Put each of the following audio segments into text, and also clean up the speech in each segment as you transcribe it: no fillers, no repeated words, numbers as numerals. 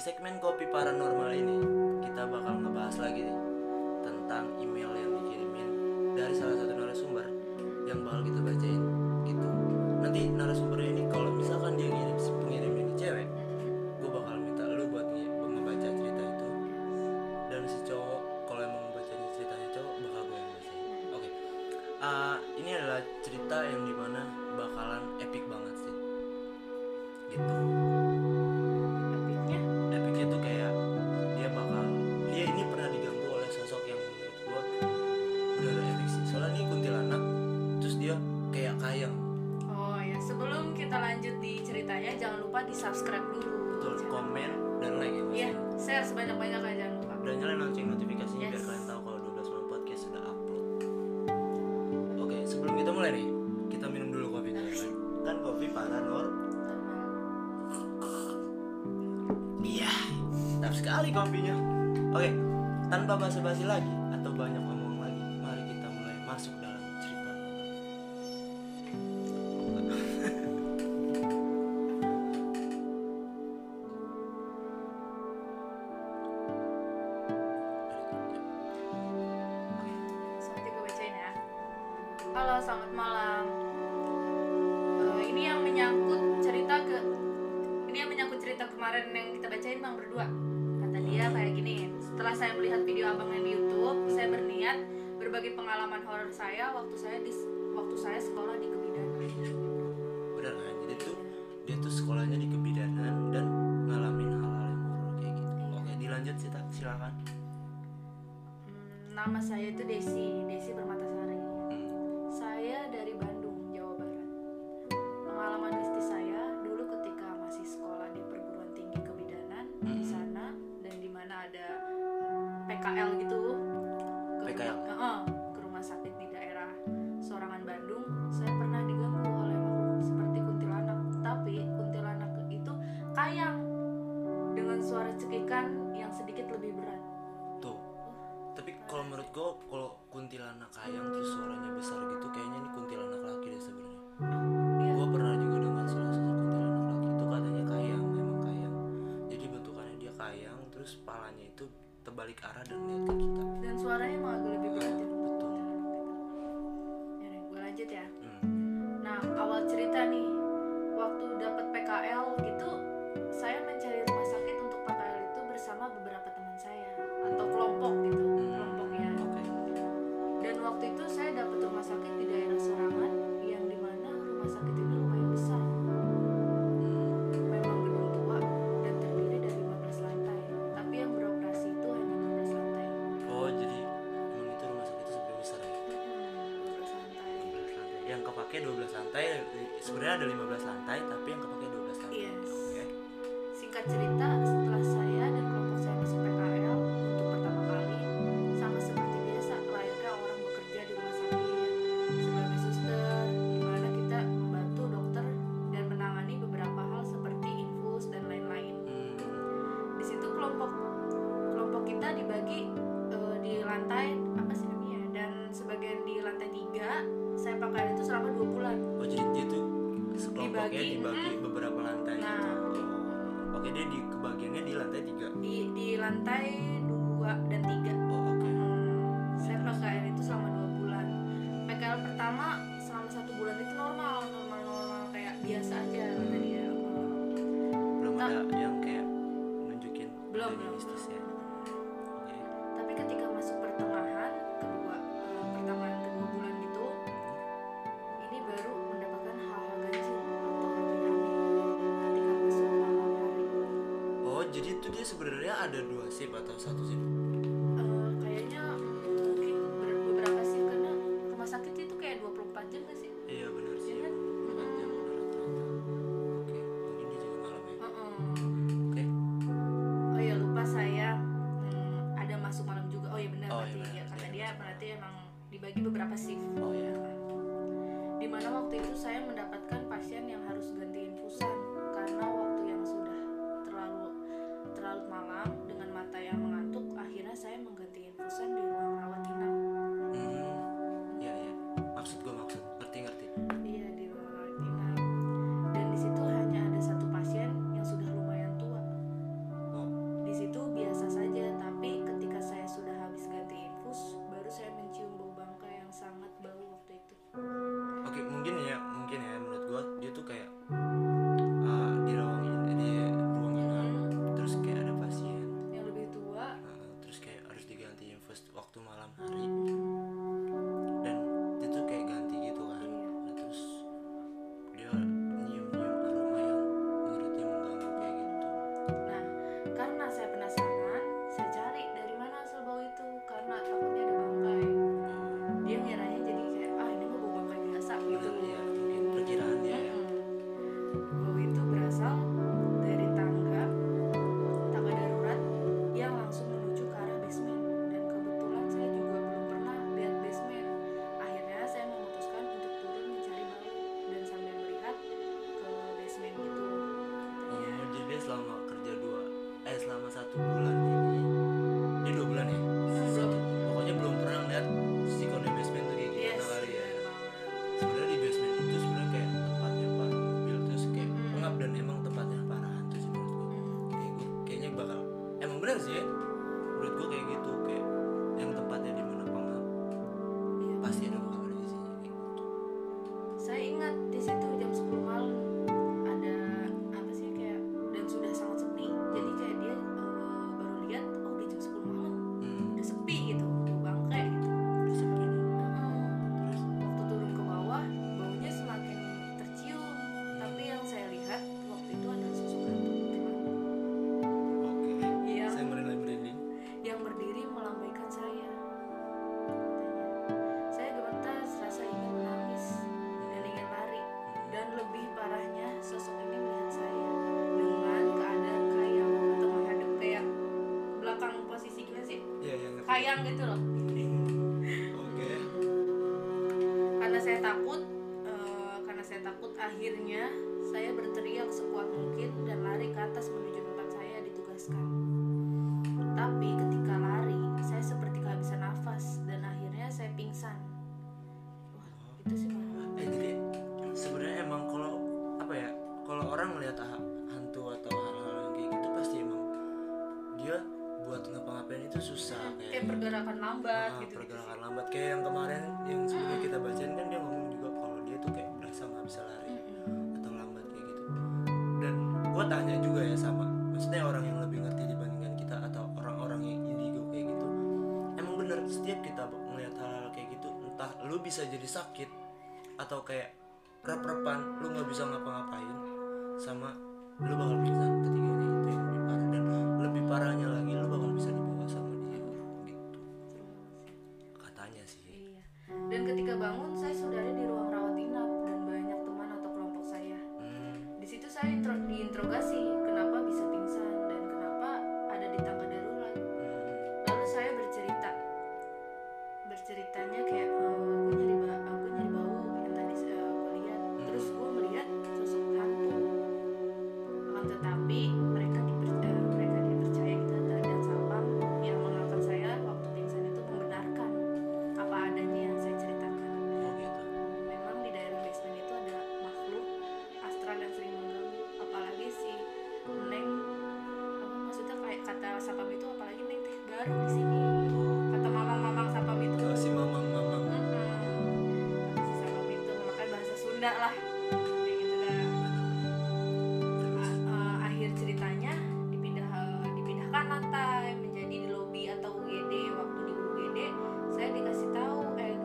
segmen Kopi Paranormal ini kita bakal ngebahas lagi nih tentang email yang dikirimin dari salah satu narasumber yang bakal kita bacain gitu. Nanti narasumbernya ini kalau misalkan dia pengirim ini cewek, gue bakal minta lu buat ngebaca cerita itu. Dan si cowok kalau emang membaca ceritanya cowok bakal gue yang bacain. Oke. Ini adalah cerita yang dimana bakalan epic banget sih. Gitu. Epicnya tuh kayak dia ini pernah diganggu oleh sosok yang menurut gue benar-benar epic sih. Soalnya ini kuntilanak, terus dia kayak kayang. Oh ya, sebelum kita lanjut di ceritanya jangan lupa di subscribe dulu. Betul, komen dan like ya. Iya, share sebanyak-banyaknya jangan lupa. Dan nyalain lonceng notifikasinya biar Yes. kalian tahu kalau 12 malam podcast sudah upload. Oke, sebelum kita mulai nih, kita minum dulu kopinya. Kan kopi Paranormal. Iya, sedap sekali kopinya. Oke, tanpa basa-basi lagi atau banyak omong lagi, mari kita mulai masuk dalam cerita. Seperti gue bacain ya. Halo, selamat malam. Ini yang menyangkut cerita kemarin yang kita bacain bang berdua. Kata dia kayak gini. Setelah saya melihat video abangnya di YouTube, saya berniat berbagi pengalaman horor saya waktu saya sekolah di kebidanan. Benar kan? Jadi tuh dia tuh sekolahnya di kebidanan dan ngalamin hal-hal yang horor kayak gitu. Oke, dilanjut silakan. Nama saya itu Desi Permatasari. Saya dari Bandung, Jawa Barat. Pengalaman mistis saya dulu ketika masih sekolah di perguruan tinggi kebidanan di sana dan di mana ada PKL gitu. PKL? Ke rumah sakit di daerah Sorangan, Bandung. Saya pernah diganggu oleh makhluk seperti kuntilanak, tapi kuntilanak itu kayang dengan suara cekikan yang sedikit lebih berat. Tuh. Tapi kalau menurut gue, kalau kuntilanak kayang terus suaranya besar gitu, kayaknya ini kuntilanak laki deh sebenarnya. Iya. Gue pernah juga dengar salah satu kuntilanak laki itu katanya kayang, memang kayang. Jadi bentukannya dia kayang, terus palanya itu terbalik arah dan lihat ke kita. Dan suaranya emang agak lebih berat ya. Betul. Ya nih, gue lanjut ya. Nah, awal cerita nih, waktu dapat PKL gitu, saya mencari rumah sakit untuk PKL itu bersama beberapa teman saya atau kelompok gitu, kelompoknya. Oke. Dan waktu itu saya dapat rumah sakit di daerah Sorangan yang dimana rumah sakit ini lumayan besar. Memang gedung tua dan terdiri dari 15 lantai, tapi yang beroperasi itu hanya 16 lantai. Oh, jadi emang itu rumah sakit itu sebenarnya besar ya? 12 lantai. 12 lantai. Yang kepake 12 lantai, sebenarnya ada 15 lantai, tapi yang kepake 12 lantai. Yes. Oke. Singkat cerita, setelah saya dan kelompok saya masuk PKL untuk pertama kali, sama seperti biasa layaknya orang bekerja di rumah sakit sebagai suster, di mana kita membantu dokter dan menangani beberapa hal seperti infus dan lain-lain. Di situ kelompok kita dibagi di lantai apa sih namanya? Dan sebagian di lantai 3, saya PKL itu selama 2 bulan. Oh, jadi dia tuh kelompoknya Dibagi, dibagi beberapa lantai Nah. gitu. Oke, dia di kebagiannya di lantai 3. Di lantai 2 dan 3. Oh, oke. Saya PKL itu selama 2 bulan. PKL pertama selama 1 bulan itu normal kayak biasa aja kata dia. Belum Nah. ada yang kayak nunjukin Belum. adanya mistis ya. Oke. Tapi ketika masuk pertengahan kedua bulan gitu, ini baru mendapatkan hal-hal ganjil atau lebih aneh ketika masuk malam hari. Oh, jadi itu dia sebenarnya ada 2 shift atau 1 shift? Kayaknya mungkin beberapa sih karena rumah sakit itu kayak 24 jam gak sih? Iya, benar sih. Iya kan? 4 jam rata-rata. Oke, mungkin dia juga malam ya. Oke. Oh ya lupa saya ada masuk malam juga. Oh ya benar Oh, berarti iya, benar. ya kata Iya, dia masuk berarti emang dibagi beberapa shift. Oh ya. Dimana waktu itu saya mendapatkan pasien yang harus ganti infusan karena waktu yang sudah terlalu malam dengan mata yang mengantuk. Akhirnya saya mengganti infusan di ruang rawat inap. Iya, iya. Maksud ngerti. Iya di ruang rawat inap. Dan di situ hanya ada 1 pasien yang sudah lumayan tua. Oh, selama 1 bulan ini, dia 2 bulan ya, pokoknya belum pernah lihat si kode basement tuh kayak gimana kali ya. Sebenarnya di basement itu sebenarnya kayak tempatnya parah mobil, terus kayak pengap, dan emang tempatnya parah hantu sih menurut gue. Kayak gue kayaknya bakal emang benar sih ya, menurut gue kayak gitu, kayak yang tempatnya di mana pengap pasti ada bakal ada isinya kayak gitu. Saya ingat di situ jam 10 malam ada apa sih kayak, dan sudah sangat sepi. Jadi kayak dia baru lihat oh udah jam 10 malam, udah sepi gitu, udah bangke gitu. Udah sepi nih. Terus waktu turun ke bawah baunya semakin tercium, tapi yang saya lihat waktu itu adalah sosok hantu kuntilanak Oke. Iya. Saya merinding. yang berdiri melambaikan saya. Saya gemetar, rasa ingin menangis dan ingin lari. Dan lebih parahnya, sosok ini melihat saya dengan keadaan kayang atau menghadap kayak belakang, posisi gimana sih? Iya, yang ngerti. Kayang gitu loh. Oke. Karena saya takut, akhirnya saya berteriak sekuat mungkin dan lari ke atas menuju tempat saya ditugaskan. Tapi ketika lari, saya seperti kehabisan nafas dan akhirnya saya pingsan. Wah, itu sih parah. Jadi sebenarnya emang kalau apa ya, kalau orang melihat hantu atau hal-hal yang kayak gitu pasti emang dia buat ngapa-ngapain itu susah, Kayak pergerakan lambat gitu. pergerakan lambat, kayak yang kemarin yang sebelumnya kita bacain kan, dia ngomong juga kalau dia tuh kayak berasa nggak bisa lari atau lambat kayak gitu. Dan gue tanya juga ya sama, maksudnya orang yang lebih ngerti dibandingkan kita atau orang-orang yang indigo kayak gitu, emang bener setiap kita melihat hal-hal kayak gitu, entah lu bisa jadi sakit atau kayak rep-repan lu nggak bisa ngapa-ngapain, sama lu bakal pingsan. Ketiganya itu yang lebih parah, dan lebih parahnya lagi lu bakal bisa dibawa sama dia gitu katanya sih. Iya. Dan ketika bangun, saya saudara di ruang rawat inap dan banyak teman atau kelompok saya. Di situ saya diinterogasi kenapa bisa pingsan dan kenapa ada di tangga darurat. Lalu saya berceritanya kayak gue nyari bau yang tadi gue lihat. Terus gue melihat sosok hantu. Akan tetapi mereka dipercaya gitu, dan sapam yang mengenalkan saya waktu pingsan itu membenarkan apa adanya yang saya ceritakan. Oh gitu. Memang di daerah basement itu ada makhluk astral yang sering mengganggu, apalagi si Neng, maksudnya kayak kata sapam itu, apalagi Neng teh baru di sini, kata mamang sapam itu. Oh, si mamang Kata si sapam itu, makanya bahasa Sunda lah kayak gitu dah. Akhir ceritanya dipindahkan lantai menjadi di lobi atau UGD. Waktu di UGD saya dikasih tahu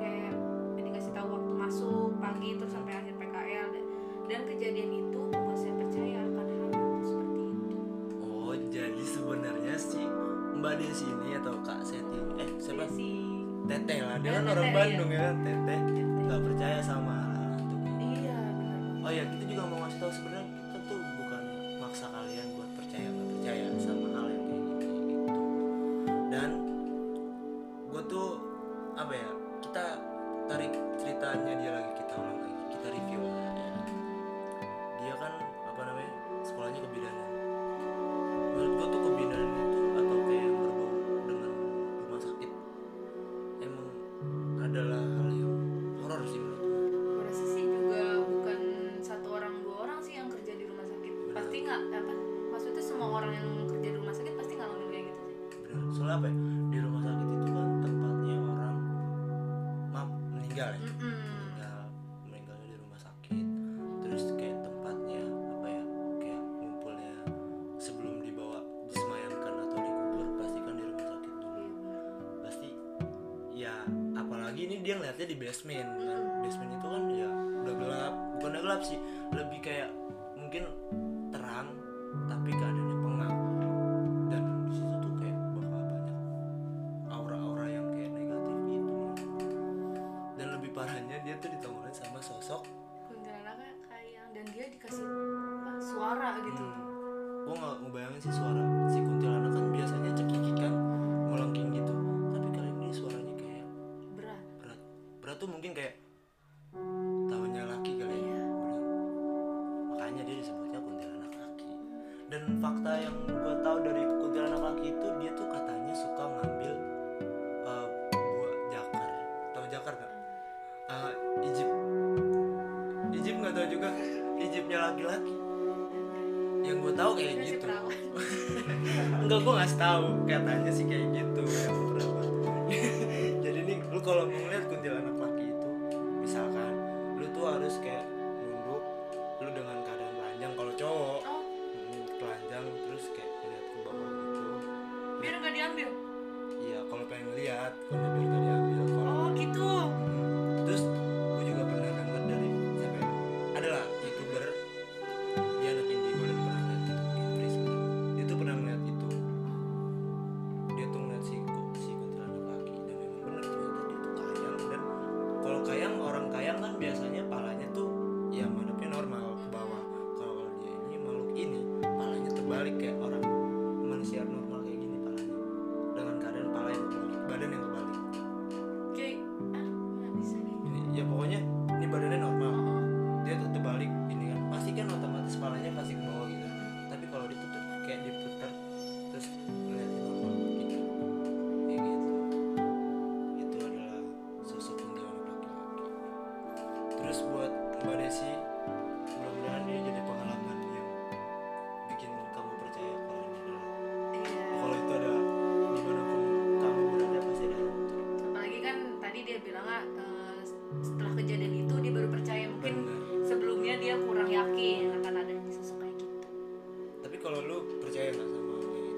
waktu masuk pagi terus sampai akhir PKL, dan kejadian itu membuat saya percaya akan hal hantu seperti itu. Oh, jadi sebenarnya si Mbak Desi ini atau Kak Seti, siapa? Si Teteh lah, dia kan Teteh, orang iya. Bandung ya kan, Teteh nggak percaya sama hal hantu kayak gitu. iya benar. Oh ya, kita juga mau ngasih tahu sebenarnya kita tuh bukan maksa kalian buat percaya nggak percaya sama hal yang kayak gini gitu. Dan gue tuh apa ya, kita tarik ceritanya dia lagi, kita ulang lagi, kita review lah ya. Dia kan apa namanya, sekolahnya kebidanan. Menurut gue tuh kebidanan itu atau kayak yang berbau dengan rumah sakit emang adalah hal yang horor sih menurut gue. Gue rasa sih juga bukan 1 orang 2 orang sih yang kerja di rumah sakit. Pasti nggak maksudnya semua orang yang kerja di rumah sakit pasti ngalamin kayak gitu sih. Bener. Soalnya apa ya, di rumah sakit itu kan tempatnya orang meninggal ya. Meninggalnya di rumah sakit. Terus kayak tempatnya apa ya, kayak ngumpulnya sebelum dibawa disemayamkan atau dikubur pasti kan di rumah sakit dulu. Pasti ya, apalagi ini dia ngeliatnya di basement kan. Basement itu kan ya udah gelap, bukan udah gelap sih, lebih kayak mungkin terang tapi keadaannya pengap. Dan di situ tuh kayak bakal banyak aura-aura yang kayak negatif gitu. Dan lebih parahnya dia tuh ditongolin sama sosok Kuntilanaknya kayak, dan dia dikasih suara gitu. Gue nggak ngebayangin sih suara si kuntilanak kan biasanya cekikikan melengking gitu, tapi kali ini suaranya kayak berat tuh mungkin kayak tahunya laki kali ya. Iya. Bener. Makanya dia disebutnya kuntilanak laki. Dan fakta yang gue tahu dari kuntilanak kayak Ini si gitu. perawan. Enggak, gue ngasih tahu katanya sih kayak gitu ya beberapa. Jadi nih lu kalau mau ngeliat kuntilanak laki itu, misalkan lu tuh harus kayak nunduk, lu dengan keadaan telanjang kalau cowok. Oh, Telanjang terus kayak ngeliat ke bawah gitu. biar nggak diambil. Iya, kalau pengen ngeliat, karena biar gak diambil. Kalau Oh gitu. terus gue juga pernah denger dari siapa ya? Adalah youtuber, dia anak indigo dan pernah ngeliat gitu, Kipris. Dia tuh pernah ngeliat itu. Dia tuh ngeliat si kuntilanak laki dan memang bener ternyata dia tuh kayang. Dan kalau kayang, orang kayang kan biasanya palanya tuh ya madepnya normal ke bawah. Kalau dia ini makhluk ini palanya terbalik kayak orang manusia normal kayak gini palanya, dengan keadaan pala yang kebalik, badan yang kebalik. Kayak nggak bisa nih. Ini ya pokoknya ini badannya normal, Oh, dia tuh terbalik ini kan pasti kan otomatis palanya pasti ke bawah gitu. Tapi kalau dia tuh kayak diputar terus ngeliatin normal gitu, kayak gitu. Itu adalah sosok kuntilanak laki-laki. Terus buat Mbak Desi, mudah-mudahan ini jadi pengalaman yang bikin kamu percaya kalau ini adalah, iya. kalau itu ada dimanapun kamu berada pasti ada. Apalagi kan tadi dia bilang setelah kejadian itu dia baru percaya. Mungkin Bener. sebelumnya dia kurang yakin akan adanya sosok kayak gitu. Tapi kalau lu percaya nggak sama kayak gitu?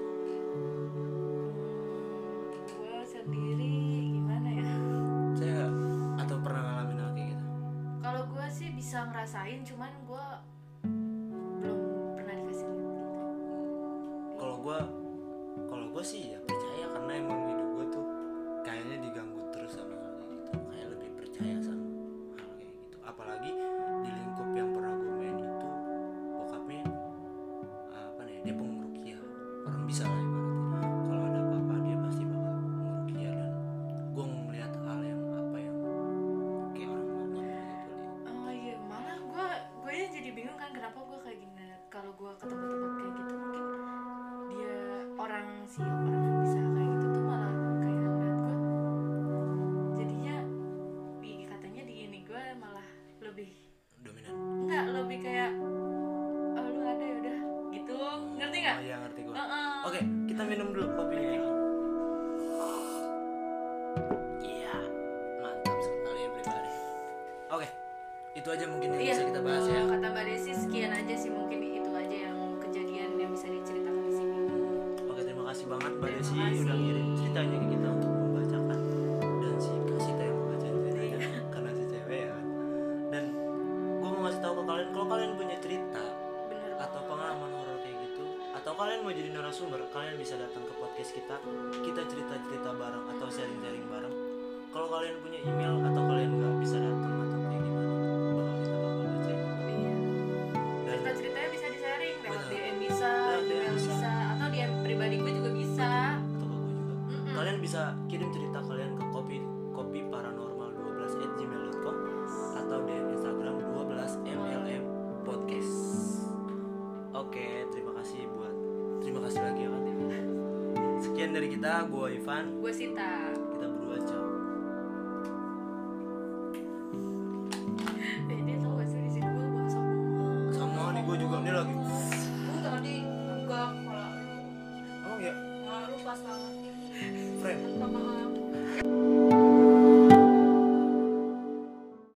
Gue sendiri gimana ya? Saya atau pernah ngalamin hal kayak gitu? Kalau gue sih bisa ngerasain, cuman gue belum pernah dikasih lihat gitu. Kalau gue sih ya percaya, karena emang hidup gue tuh kayaknya diganggu terus sama hal kayak gitu. Kayak lebih percaya sama hal kayak gitu. Apalagi di lingkup yang pernah gue main itu, bokapnya apa nih? Dia pengurukia. Orang bisa lah ibaratnya. Kalau ada apa-apa dia pasti bakal pengurukia, dan gue ngeliat hal yang apa yang kayak orang nggak boleh itu lihat. Oh iya, malah gue ya jadi bingung kan kenapa gue kayak gini. Kalau gue ke tempat-tempat kayak gitu mungkin dia orang yang bisa kayak gitu tuh malah kayak ngeliat gue. Jadinya katanya di ini gue malah lebih Dominan. enggak, lebih kayak oh lu ada ya udah gitu. Ngerti nggak? Oh iya, ngerti gue. Heeh. Oke, kita minum dulu kopinya ya. Iya, mantap sekali ya pribadi. Oke, itu aja mungkin yang Iya, bisa kita bahas ya. kata Mbak Desi sekian aja sih, mungkin itu aja yang kejadian yang bisa diceritakan di sini. Oke, terima kasih banget Mbak Terima Desi kasih. udah ngirim ceritanya ke kita untuk membacakan, dan si Kasita yang membacain ceritanya Iya. karena si cewek ya kan. Dan gue mau ngasih tahu ke kalian, kalau kalian punya cerita Bener atau banget. pengalaman horor kayak gitu, atau kalian mau jadi narasumber, kalian bisa datang ke podcast kita cerita-cerita bareng atau sharing-sharing bareng. Kalau kalian punya email atau kalian nggak bisa datang atau kayak gimana, kita bakal bacain. Iya. Dan Cerita-ceritanya bisa di-sharing lewat Bener. DM bisa, Lewat DM email bisa. bisa, atau DM pribadi gue juga bisa. atau ke gue juga. Mm-mm. Kalian bisa kirim cerita kalian ke kopi paranormal12@gmail.com atau DM Instagram 12mlm podcast. Oke, terima kasih lagi ya kan. Sekian dari kita, gue Ivan, Gue Sita. kita berdua ciao. Dia tau gak sih di sini gue bahasa Sama nih gue juga nih lagi. Gue tadi enggak kepala lu. Oh ya, Nah, lu pas banget. friend. Tanpa